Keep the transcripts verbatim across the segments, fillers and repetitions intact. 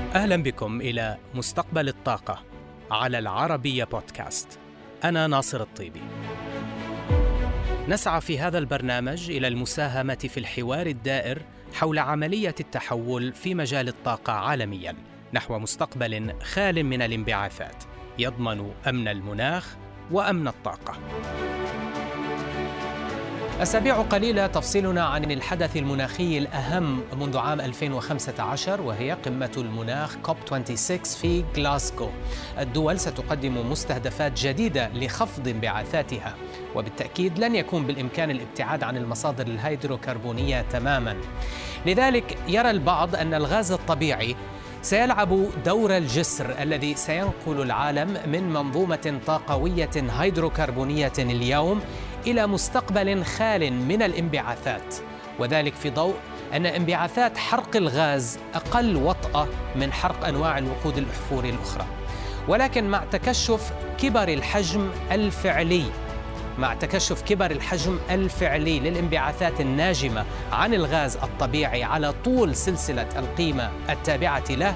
أهلا بكم إلى مستقبل الطاقة على العربية بودكاست. أنا ناصر الطيبي. نسعى في هذا البرنامج إلى المساهمة في الحوار الدائر حول عملية التحول في مجال الطاقة عالمياً نحو مستقبل خال من الانبعاثات يضمن أمن المناخ وأمن الطاقة. أسابيع قليلة تفصلنا عن الحدث المناخي الأهم منذ عام ألفين وخمسة عشر، وهي قمة المناخ كوب ستة وعشرين في غلاسكو. الدول ستقدم مستهدفات جديدة لخفض انبعاثاتها، وبالتأكيد لن يكون بالإمكان الابتعاد عن المصادر الهيدروكربونية تماماً. لذلك يرى البعض أن الغاز الطبيعي سيلعب دور الجسر الذي سينقل العالم من منظومة طاقوية هيدروكربونية اليوم إلى مستقبل خال من الانبعاثات، وذلك في ضوء أن انبعاثات حرق الغاز أقل وطأة من حرق أنواع الوقود الأحفوري الأخرى. ولكن مع تكشف كبر الحجم الفعلي مع تكشف كبر الحجم الفعلي للانبعاثات الناجمة عن الغاز الطبيعي على طول سلسلة القيمة التابعة له،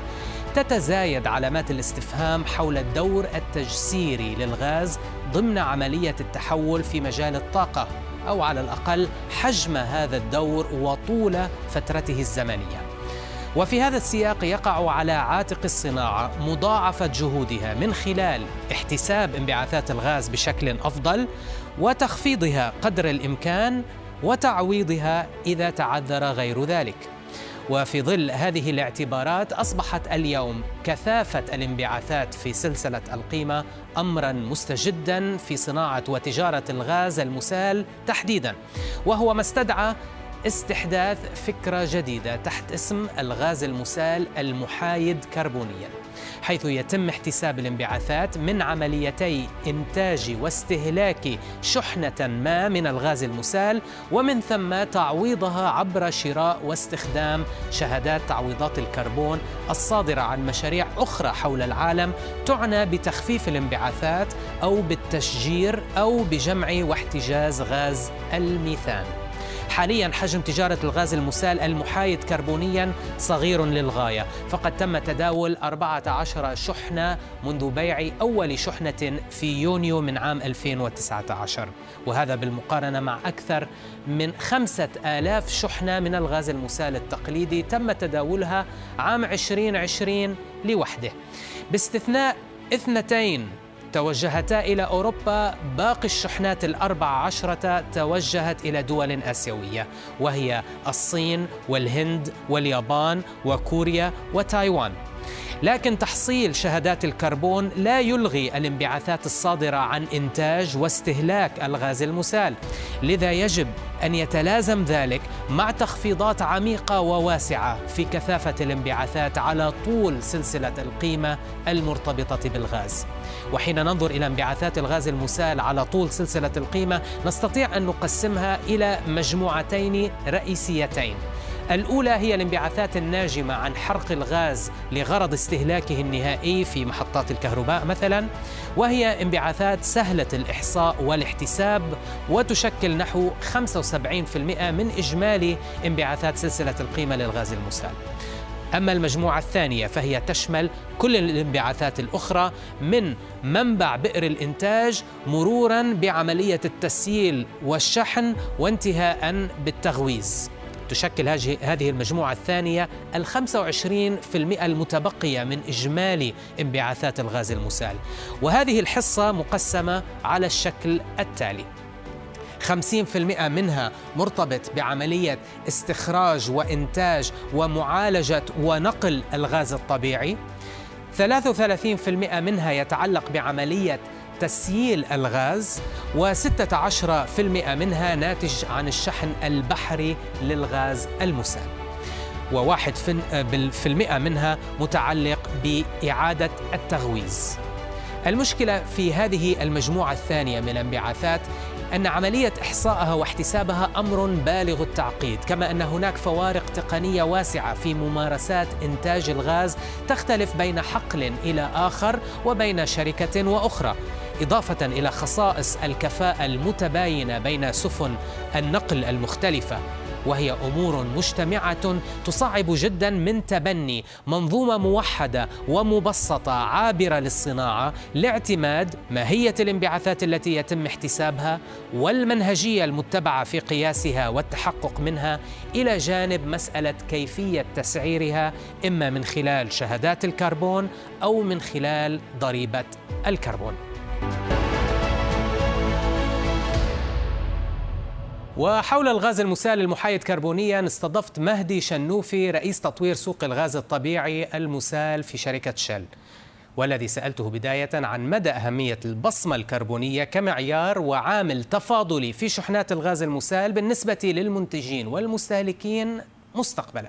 تتزايد علامات الاستفهام حول الدور التجسيري للغاز ضمن عملية التحول في مجال الطاقة، أو على الأقل حجم هذا الدور وطول فترته الزمنية. وفي هذا السياق يقع على عاتق الصناعة مضاعفة جهودها من خلال احتساب انبعاثات الغاز بشكل أفضل، وتخفيضها قدر الإمكان، وتعويضها إذا تعذر غير ذلك. وفي ظل هذه الاعتبارات أصبحت اليوم كثافة الانبعاثات في سلسلة القيمة أمراً مستجداً في صناعة وتجارة الغاز المسال تحديداً، وهو ما استدعى استحداث فكرة جديدة تحت اسم الغاز المسال المحايد كربونياً، حيث يتم احتساب الانبعاثات من عمليتي إنتاج واستهلاك شحنة ما من الغاز المسال، ومن ثم تعويضها عبر شراء واستخدام شهادات تعويضات الكربون الصادرة عن مشاريع أخرى حول العالم تعنى بتخفيف الانبعاثات أو بالتشجير أو بجمع واحتجاز غاز الميثان. حالياً حجم تجارة الغاز المسال المحايد كربونياً صغير للغاية، فقد تم تداول أربعة عشر شحنة منذ بيع أول شحنة في يونيو من عام ألفين وتسعة عشر، وهذا بالمقارنة مع أكثر من خمسة آلاف شحنة من الغاز المسال التقليدي تم تداولها عام عشرين عشرين لوحده، باستثناء اثنتين توجهتا إلى أوروبا. باقي الشحنات الأربع عشرة توجهت إلى دول آسيوية، وهي الصين والهند واليابان وكوريا وتايوان. لكن تحصيل شهادات الكربون لا يلغي الانبعاثات الصادرة عن إنتاج واستهلاك الغاز المسال، لذا يجب أن يتلازم ذلك مع تخفيضات عميقة وواسعة في كثافة الانبعاثات على طول سلسلة القيمة المرتبطة بالغاز. وحين ننظر إلى انبعاثات الغاز المسال على طول سلسلة القيمة، نستطيع أن نقسمها إلى مجموعتين رئيسيتين. الأولى هي الانبعاثات الناجمة عن حرق الغاز لغرض استهلاكه النهائي في محطات الكهرباء مثلاً، وهي انبعاثات سهلة الإحصاء والاحتساب، وتشكل نحو خمسة وسبعين بالمئة من إجمالي انبعاثات سلسلة القيمة للغاز المسال. أما المجموعة الثانية فهي تشمل كل الانبعاثات الأخرى من منبع بئر الإنتاج مروراً بعملية التسييل والشحن وانتهاءً بالتغويز. تشكل هذه المجموعة الثانية الخمسة وعشرين بالمئة المتبقية من إجمالي انبعاثات الغاز المسال، وهذه الحصة مقسمة على الشكل التالي: خمسين بالمئة منها مرتبط بعملية استخراج وإنتاج ومعالجة ونقل الغاز الطبيعي، ثلاثة وثلاثين بالمئة منها يتعلق بعملية تسييل الغاز، وستة عشر بالمئة منها ناتج عن الشحن البحري للغاز المسال، وواحد في المئة منها متعلق بإعادة التغويز. المشكلة في هذه المجموعة الثانية من الانبعاثات أن عملية إحصائها واحتسابها أمر بالغ التعقيد، كما أن هناك فوارق تقنية واسعة في ممارسات إنتاج الغاز تختلف بين حقل إلى آخر وبين شركة وأخرى، إضافة إلى خصائص الكفاءة المتباينة بين سفن النقل المختلفة. وهي أمور مجتمعة تصعب جدا من تبني منظومة موحدة ومبسطة عابرة للصناعة لاعتماد ماهية الانبعاثات التي يتم احتسابها والمنهجية المتبعة في قياسها والتحقق منها، إلى جانب مسألة كيفية تسعيرها إما من خلال شهادات الكربون أو من خلال ضريبة الكربون. وحول الغاز المسال المحايد كربونياً استضفت مهدي شنوفي رئيس تطوير سوق الغاز الطبيعي المسال في شركة شل، والذي سألته بداية عن مدى أهمية البصمة الكربونية كمعيار وعامل تفاضلي في شحنات الغاز المسال بالنسبة للمنتجين والمستهلكين مستقبلاً.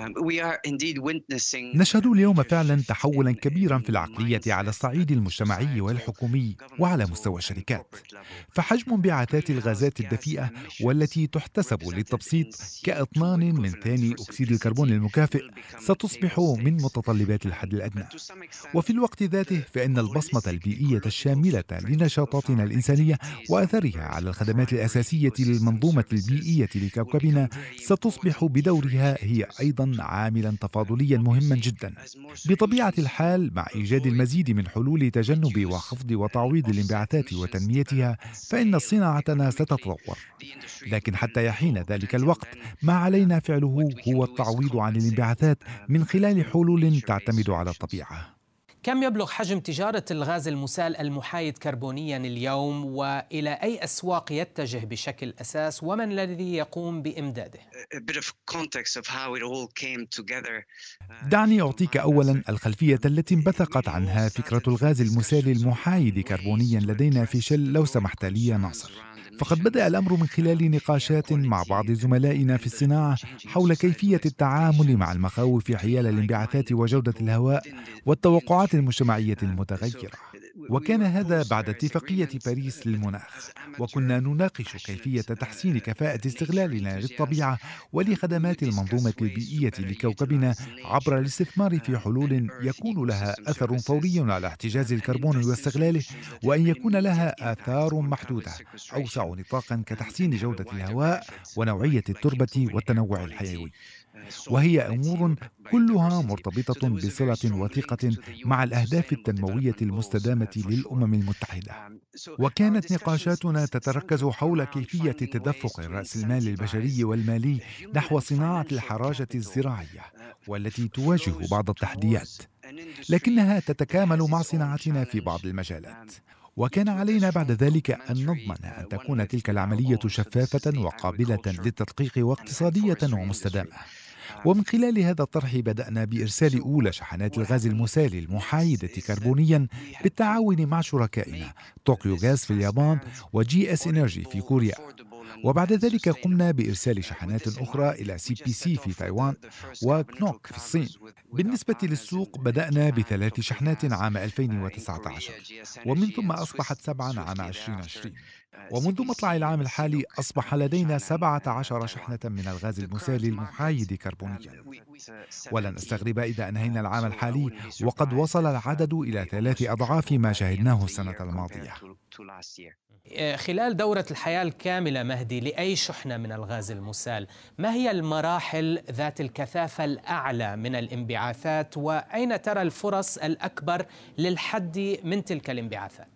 نشهد اليوم فعلا تحولا كبيرا في العقلية على الصعيد المجتمعي والحكومي وعلى مستوى الشركات، فحجم انبعاثات الغازات الدفيئة والتي تحتسب للتبسيط كأطنان من ثاني أكسيد الكربون المكافئ ستصبح من متطلبات الحد الأدنى. وفي الوقت ذاته فإن البصمة البيئية الشاملة لنشاطاتنا الإنسانية وأثرها على الخدمات الأساسية للمنظومة البيئية لكوكبنا ستصبح بدورها هي أيضا عاملا تفاضليا مهما جدا. بطبيعة الحال مع إيجاد المزيد من حلول تجنب وخفض وتعويض الانبعاثات وتنميتها فإن صناعتنا ستتطور، لكن حتى يحين ذلك الوقت ما علينا فعله هو التعويض عن الانبعاثات من خلال حلول تعتمد على الطبيعة. كم يبلغ حجم تجارة الغاز المسال المحايد كربونياً اليوم، وإلى أي أسواق يتجه بشكل أساس، ومن الذي يقوم بإمداده؟ دعني أعطيك أولاً الخلفية التي انبثقت عنها فكرة الغاز المسال المحايد كربونياً لدينا في شل لو سمحت لي يا ناصر. فقد بدأ الأمر من خلال نقاشات مع بعض زملائنا في الصناعة حول كيفية التعامل مع المخاوف حيال الانبعاثات وجودة الهواء والتوقعات المجتمعية المتغيرة، وكان هذا بعد اتفاقية باريس للمناخ، وكنا نناقش كيفية تحسين كفاءة استغلالنا للطبيعة ولخدمات المنظومة البيئية لكوكبنا عبر الاستثمار في حلول يكون لها أثر فوري على احتجاز الكربون واستغلاله، وأن يكون لها آثار محدودة أوسع نطاقا كتحسين جودة الهواء ونوعية التربة والتنوع الحيوي، وهي أمور كلها مرتبطة بصلة وثيقة مع الأهداف التنموية المستدامة للأمم المتحدة. وكانت نقاشاتنا تتركز حول كيفية تدفق رأس المال البشري والمالي نحو صناعة الحراجة الزراعية، والتي تواجه بعض التحديات، لكنها تتكامل مع صناعتنا في بعض المجالات. وكان علينا بعد ذلك أن نضمن أن تكون تلك العملية شفافة وقابلة للتدقيق واقتصادية ومستدامة. ومن خلال هذا الطرح بدأنا بإرسال أولى شحنات الغاز المسال المحايدة كربونيا بالتعاون مع شركائنا طوكيو غاز في اليابان وجي اس إنرجي في كوريا، وبعد ذلك قمنا بإرسال شحنات أخرى إلى سي بي سي في تايوان وكنوك في الصين. بالنسبة للسوق بدأنا بثلاث شحنات عام ألفين وتسعة عشر، ومن ثم أصبحت سبعا عام ألفين وعشرين، ومنذ مطلع العام الحالي أصبح لدينا سبعة عشر شحنة من الغاز المسال المحايد كربونيا. ولن أستغرب إذا أنهينا العام الحالي وقد وصل العدد إلى ثلاث أضعاف ما شاهدناه السنة الماضية. خلال دورة الحياة الكاملة مهدي لأي شحنة من الغاز المسال، ما هي المراحل ذات الكثافة الأعلى من الانبعاثات، وأين ترى الفرص الأكبر للحد من تلك الانبعاثات؟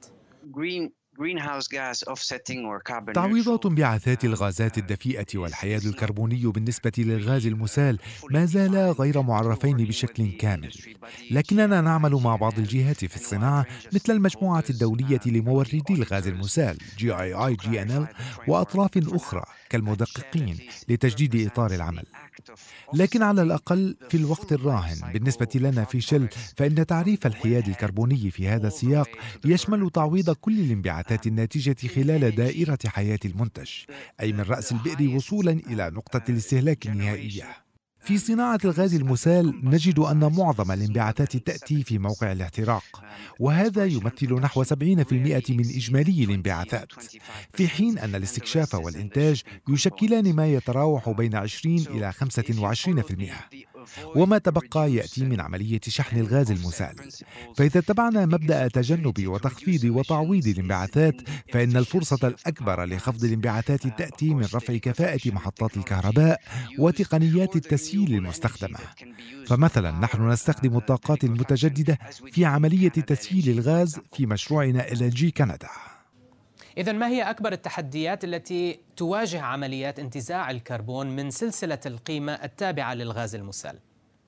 تعويضات انبعاثات الغازات الدفيئة والحياد الكربوني بالنسبة للغاز المسال ما زالا غير معرفين بشكل كامل، لكننا نعمل مع بعض الجهات في الصناعة مثل المجموعة الدولية لموردي الغاز المسال جي آي آي جي إن إل وأطراف أخرى كالمدققين لتجديد إطار العمل. لكن على الأقل في الوقت الراهن بالنسبة لنا في شل فإن تعريف الحياد الكربوني في هذا السياق يشمل تعويض كل الانبعاثات الناتجة خلال دائرة حياة المنتج، أي من رأس البئر وصولا إلى نقطة الاستهلاك النهائية. في صناعة الغاز المسال نجد أن معظم الانبعاثات تأتي في موقع الاحتراق، وهذا يمثل نحو سبعين بالمئة من إجمالي الانبعاثات، في حين أن الاستكشاف والإنتاج يشكلان ما يتراوح بين عشرين إلى خمسة وعشرين بالمئة. وما تبقى يأتي من عملية شحن الغاز المسال. فإذا اتبعنا مبدأ تجنب وتخفيض وتعويض الانبعاثات، فإن الفرصة الأكبر لخفض الانبعاثات تأتي من رفع كفاءة محطات الكهرباء وتقنيات التسييل المستخدمة. فمثلا نحن نستخدم الطاقات المتجددة في عملية تسييل الغاز في مشروعنا إل إن جي كندا. إذن ما هي أكبر التحديات التي تواجه عمليات انتزاع الكربون من سلسلة القيمة التابعة للغاز المسال؟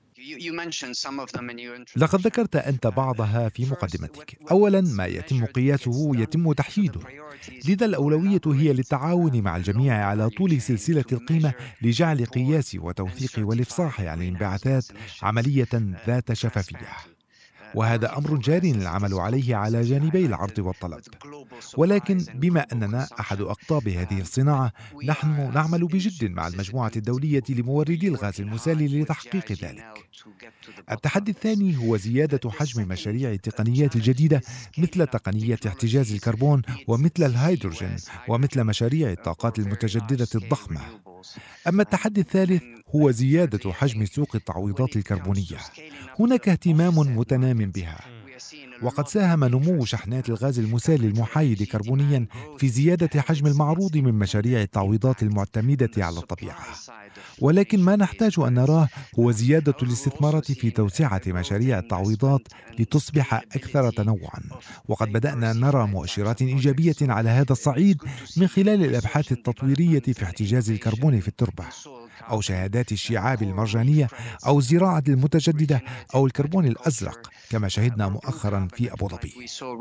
لقد ذكرت أنت بعضها في مقدمتك. أولا، ما يتم قياسه يتم تحييده، لذا الأولوية هي للتعاون مع الجميع على طول سلسلة القيمة لجعل قياس وتوثيق والإفصاح عن الانبعاثات عملية ذات شفافية، وهذا أمر جار العمل عليه على جانبي العرض والطلب. ولكن بما أننا أحد أقطاب هذه الصناعة، نحن نعمل بجد مع المجموعة الدولية لموردي الغاز المسال لتحقيق ذلك. التحدي الثاني هو زيادة حجم مشاريع التقنيات الجديدة مثل تقنية احتجاز الكربون ومثل الهيدروجين ومثل مشاريع الطاقات المتجددة الضخمة. أما التحدي الثالث هو زيادة حجم سوق التعويضات الكربونية. هناك اهتمام متنام بها، وقد ساهم نمو شحنات الغاز المسال المحايد كربونيا في زيادة حجم المعروض من مشاريع التعويضات المعتمدة على الطبيعة. ولكن ما نحتاج أن نراه هو زيادة الاستثمارات في توسعة مشاريع التعويضات لتصبح أكثر تنوعا، وقد بدأنا نرى مؤشرات إيجابية على هذا الصعيد من خلال الأبحاث التطويرية في احتجاز الكربون في التربة، أو شهادات الشعاب المرجانية، أو الزراعة المتجددة، أو الكربون الأزرق كما شهدنا مؤخرا في أبو ظبي.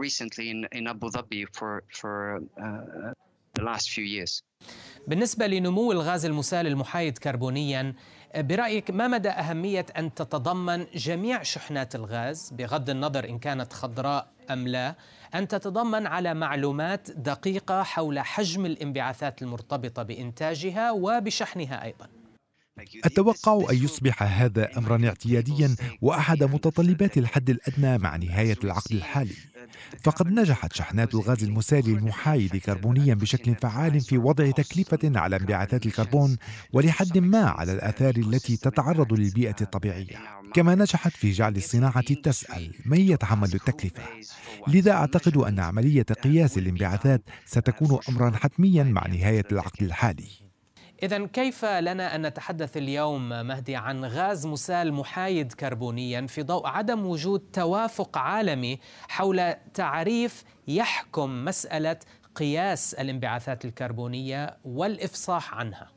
بالنسبة لنمو الغاز المسال المحايد كربونيا، برأيك ما مدى أهمية أن تتضمن جميع شحنات الغاز بغض النظر إن كانت خضراء أم لا أن تتضمن على معلومات دقيقة حول حجم الانبعاثات المرتبطة بإنتاجها وبشحنها أيضا؟ أتوقع أن يصبح هذا أمرا اعتياديا وأحد متطلبات الحد الأدنى مع نهاية العقد الحالي. فقد نجحت شحنات الغاز المسال المحايد كربونيا بشكل فعال في وضع تكلفة على انبعاثات الكربون ولحد ما على الآثار التي تتعرض للبيئة الطبيعية، كما نجحت في جعل الصناعة تسأل من يتحمل التكلفة. لذا أعتقد أن عملية قياس الانبعاثات ستكون أمرا حتميا مع نهاية العقد الحالي. إذن كيف لنا أن نتحدث اليوم مهدي عن غاز مسال محايد كربونيا في ضوء عدم وجود توافق عالمي حول تعريف يحكم مسألة قياس الانبعاثات الكربونية والإفصاح عنها؟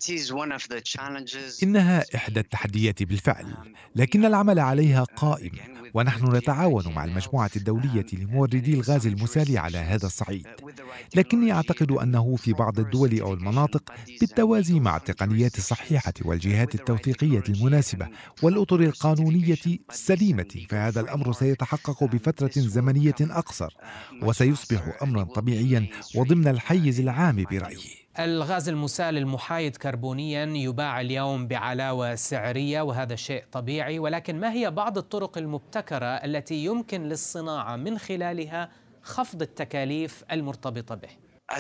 إنها إحدى التحديات بالفعل، لكن العمل عليها قائم، ونحن نتعاون مع المجموعة الدولية لموردي الغاز المسال على هذا الصعيد. لكني أعتقد أنه في بعض الدول أو المناطق بالتوازي مع التقنيات الصحيحة والجهات التوثيقية المناسبة والأطر القانونية السليمة، فهذا الأمر سيتحقق بفترة زمنية أقصر وسيصبح أمرا طبيعيا وضمن الحيز العام برأيي. الغاز المسال المحايد كربونيا يباع اليوم بعلاوة سعرية وهذا شيء طبيعي، ولكن ما هي بعض الطرق المبتكرة التي يمكن للصناعة من خلالها خفض التكاليف المرتبطة به؟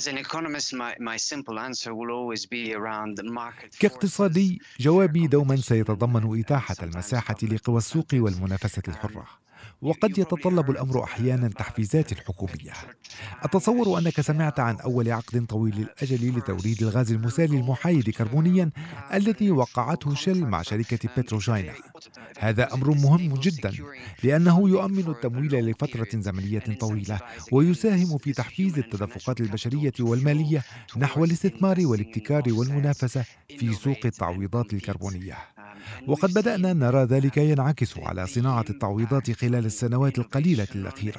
كاقتصادي، جوابي دوما سيتضمن إتاحة المساحة لقوى السوق والمنافسة الحرة، وقد يتطلب الأمر أحيانا تحفيزات حكومية. أتصور أنك سمعت عن أول عقد طويل الأجل لتوريد الغاز المسال المحايد كربونيا الذي وقعته شل مع شركة بتروشاينا. هذا أمر مهم جدا لأنه يؤمن التمويل لفترة زمنية طويلة ويساهم في تحفيز التدفقات البشرية والمالية نحو الاستثمار والابتكار والمنافسة في سوق التعويضات الكربونية. وقد بدأنا نرى ذلك ينعكس على صناعة التعويضات خلال السنوات القليلة الأخيرة.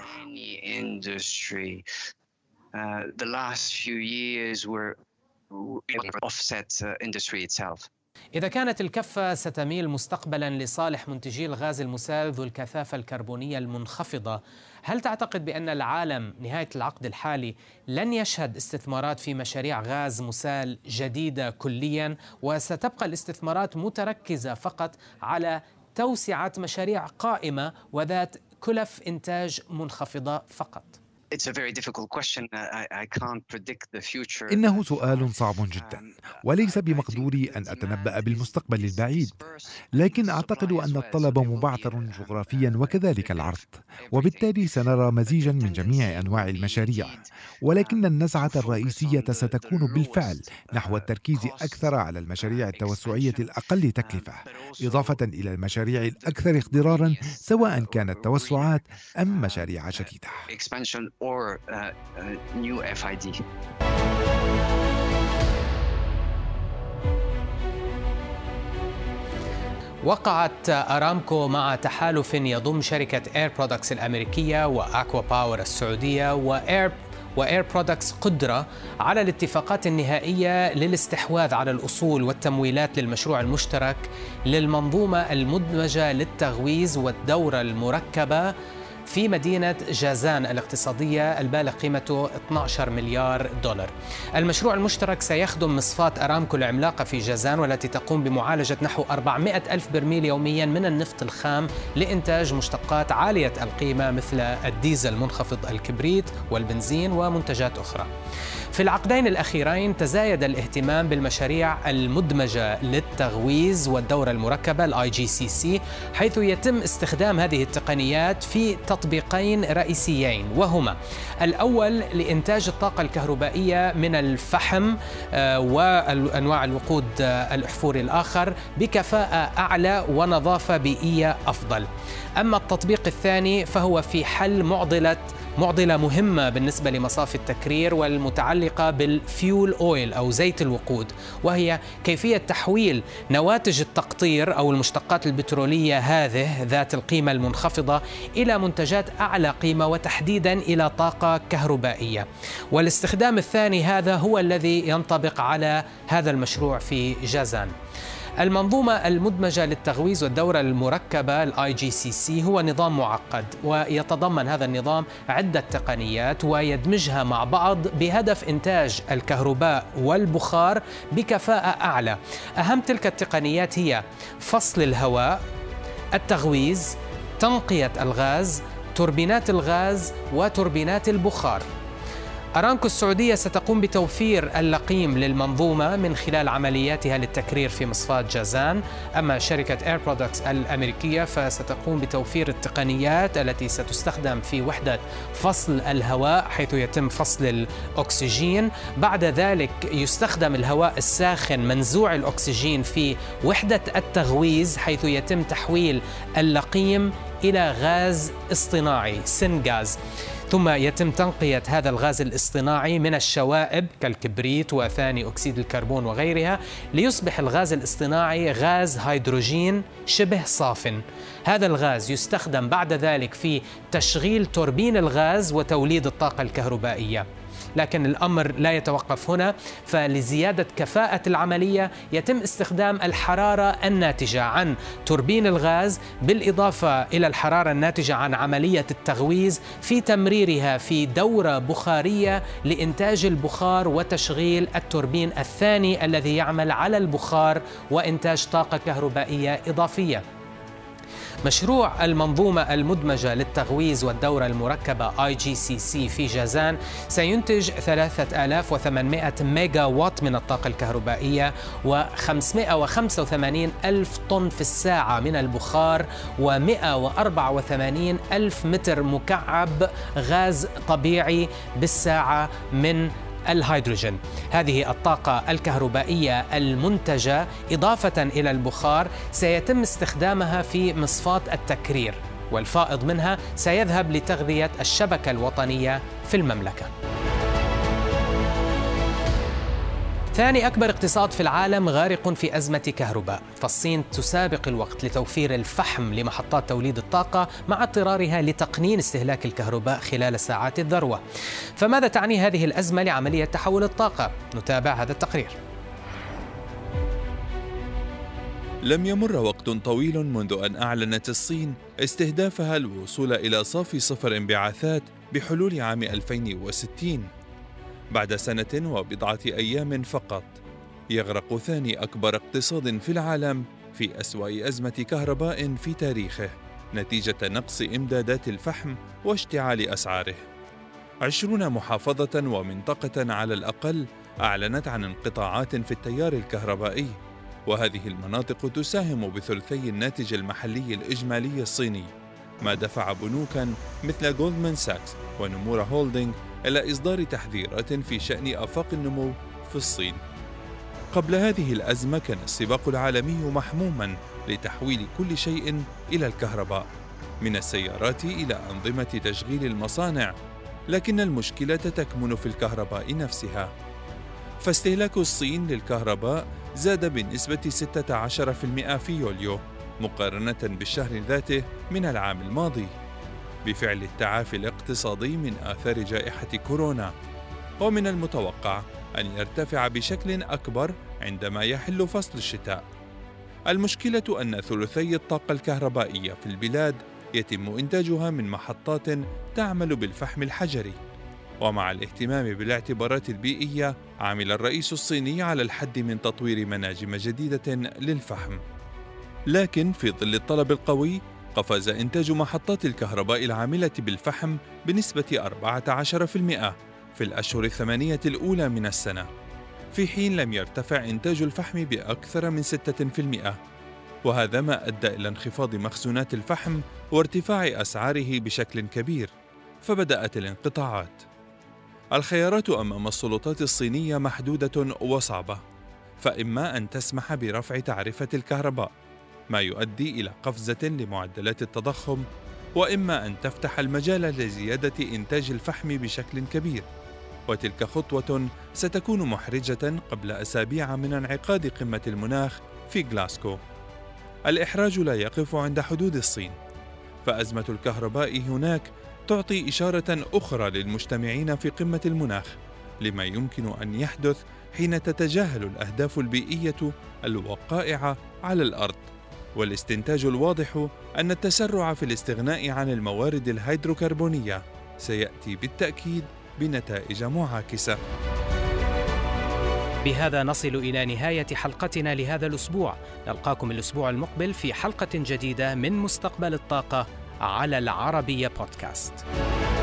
إذا كانت الكفة ستميل مستقبلا لصالح منتجي الغاز المسال ذو الكثافة الكربونية المنخفضة، هل تعتقد بأن العالم نهاية العقد الحالي لن يشهد استثمارات في مشاريع غاز مسال جديدة كليا، وستبقى الاستثمارات متركزة فقط على توسعة مشاريع قائمة وذات كلف إنتاج منخفضة فقط؟ إنه سؤال صعب جدا، وليس بمقدوري أن أتنبأ بالمستقبل البعيد، لكن أعتقد أن الطلب مبعثر جغرافيا وكذلك العرض، وبالتالي سنرى مزيجا من جميع أنواع المشاريع، ولكن النزعة الرئيسية ستكون بالفعل نحو التركيز أكثر على المشاريع التوسعية الأقل تكلفة، إضافة إلى المشاريع الأكثر اخضرارا، سواء كانت توسعات أم مشاريع جديدة. وقعت أرامكو مع تحالف يضم شركة إير برودكتس الأمريكية وأكوا باور السعودية وإير وإير برودكتس قدرة على الاتفاقات النهائية للاستحواذ على الأصول والتمويلات للمشروع المشترك للمنظومة المدمجة للتغويز والدورة المركبة في مدينة جازان الاقتصادية البالغ قيمته اثني عشر مليار دولار. المشروع المشترك سيخدم مصفاة أرامكو العملاقة في جازان، والتي تقوم بمعالجة نحو أربعمائة ألف برميل يوميا من النفط الخام لإنتاج مشتقات عالية القيمة مثل الديزل منخفض الكبريت والبنزين ومنتجات أخرى. في العقدين الأخيرين تزايد الاهتمام بالمشاريع المدمجة للتغويز والدورة المركبة ال آي جي سي سي، حيث يتم استخدام هذه التقنيات في تطبيقين رئيسيين، وهما الأول لإنتاج الطاقة الكهربائية من الفحم وأنواع الوقود الأحفوري الآخر بكفاءة أعلى ونظافة بيئية أفضل. أما التطبيق الثاني فهو في حل معضلة معضلة مهمة بالنسبة لمصافي التكرير والمتعلقة بالفيول أويل أو زيت الوقود، وهي كيفية تحويل نواتج التقطير أو المشتقات البترولية هذه ذات القيمة المنخفضة إلى منتجات أعلى قيمة، وتحديدا إلى طاقة كهربائية. والاستخدام الثاني هذا هو الذي ينطبق على هذا المشروع في جازان. المنظومة المدمجة للتغويز والدورة المركبة ال آي جي سي سي هو نظام معقد، ويتضمن هذا النظام عدة تقنيات ويدمجها مع بعض بهدف إنتاج الكهرباء والبخار بكفاءة أعلى. أهم تلك التقنيات هي فصل الهواء، التغويز، تنقية الغاز، توربينات الغاز وتوربينات البخار. أرامكو السعودية ستقوم بتوفير اللقيم للمنظومة من خلال عملياتها للتكرير في مصفاة جازان. أما شركة إير برودكتس الأمريكية فستقوم بتوفير التقنيات التي ستستخدم في وحدة فصل الهواء، حيث يتم فصل الأكسجين. بعد ذلك يستخدم الهواء الساخن منزوع الأكسجين في وحدة التغويز، حيث يتم تحويل اللقيم إلى غاز اصطناعي سينغاز، ثم يتم تنقية هذا الغاز الاصطناعي من الشوائب كالكبريت وثاني أكسيد الكربون وغيرها، ليصبح الغاز الاصطناعي غاز هيدروجين شبه صاف. هذا الغاز يستخدم بعد ذلك في تشغيل توربين الغاز وتوليد الطاقة الكهربائية. لكن الأمر لا يتوقف هنا، فلزيادة كفاءة العملية يتم استخدام الحرارة الناتجة عن توربين الغاز بالإضافة إلى الحرارة الناتجة عن عملية التغويز في تمريرها في دورة بخارية لإنتاج البخار وتشغيل التوربين الثاني الذي يعمل على البخار وإنتاج طاقة كهربائية إضافية. مشروع المنظومة المدمجة للتغويز والدورة المركبة آي جي سي سي في جازان سينتج ثلاثة آلاف وثمانمائة ميجا وات من الطاقة الكهربائية وخمسمائة وخمسة وثمانين ألف طن في الساعة من البخار ومائة وأربعة وثمانين ألف متر مكعب غاز طبيعي بالساعة من الهيدروجين. هذه الطاقة الكهربائية المنتجة إضافة إلى البخار سيتم استخدامها في مصفاة التكرير، والفائض منها سيذهب لتغذية الشبكة الوطنية في المملكة. ثاني أكبر اقتصاد في العالم غارق في أزمة كهرباء، فالصين تسابق الوقت لتوفير الفحم لمحطات توليد الطاقة مع اضطرارها لتقنين استهلاك الكهرباء خلال ساعات الذروة. فماذا تعني هذه الأزمة لعملية تحول الطاقة؟ نتابع هذا التقرير. لم يمر وقت طويل منذ أن أعلنت الصين استهدافها الوصول إلى صافي صفر انبعاثات بحلول عام ألفين وستين. بعد سنة وبضعة أيام فقط يغرق ثاني أكبر اقتصاد في العالم في أسوأ أزمة كهرباء في تاريخه نتيجة نقص إمدادات الفحم واشتعال أسعاره. عشرون محافظة ومنطقة على الأقل أعلنت عن انقطاعات في التيار الكهربائي، وهذه المناطق تساهم بثلثي الناتج المحلي الإجمالي الصيني، ما دفع بنوكاً مثل جولدمان ساكس ونمورا هولدينغ إلى إصدار تحذيرات في شأن آفاق النمو في الصين. قبل هذه الأزمة كان السباق العالمي محموماً لتحويل كل شيء إلى الكهرباء، من السيارات إلى أنظمة تشغيل المصانع، لكن المشكلة تكمن في الكهرباء نفسها. فاستهلاك الصين للكهرباء زاد بنسبة ستة عشر بالمئة في يوليو مقارنة بالشهر ذاته من العام الماضي، بفعل التعافي الاقتصادي من آثار جائحة كورونا. ومن المتوقع أن يرتفع بشكل أكبر عندما يحل فصل الشتاء. المشكلة أن ثلثي الطاقة الكهربائية في البلاد يتم إنتاجها من محطات تعمل بالفحم الحجري، ومع الاهتمام بالاعتبارات البيئية عمل الرئيس الصيني على الحد من تطوير مناجم جديدة للفحم. لكن في ظل الطلب القوي قفز إنتاج محطات الكهرباء العاملة بالفحم بنسبة أربعة عشر بالمئة في الأشهر الثمانية الأولى من السنة، في حين لم يرتفع إنتاج الفحم بأكثر من ستة بالمئة، وهذا ما أدى إلى انخفاض مخزونات الفحم وارتفاع أسعاره بشكل كبير، فبدأت الانقطاعات. الخيارات أمام السلطات الصينية محدودة وصعبة، فإما أن تسمح برفع تعرفة الكهرباء ما يؤدي إلى قفزة لمعدلات التضخم، وإما أن تفتح المجال لزيادة إنتاج الفحم بشكل كبير، وتلك خطوة ستكون محرجة قبل أسابيع من انعقاد قمة المناخ في غلاسكو. الإحراج لا يقف عند حدود الصين، فأزمة الكهرباء هناك تعطي إشارة أخرى للمجتمعين في قمة المناخ لما يمكن أن يحدث حين تتجاهل الأهداف البيئية الوقائعة على الأرض. والاستنتاج الواضح أن التسرع في الاستغناء عن الموارد الهيدروكربونية سيأتي بالتأكيد بنتائج معاكسة. بهذا نصل إلى نهاية حلقتنا لهذا الأسبوع. نلقاكم الأسبوع المقبل في حلقة جديدة من مستقبل الطاقة على العربية بودكاست.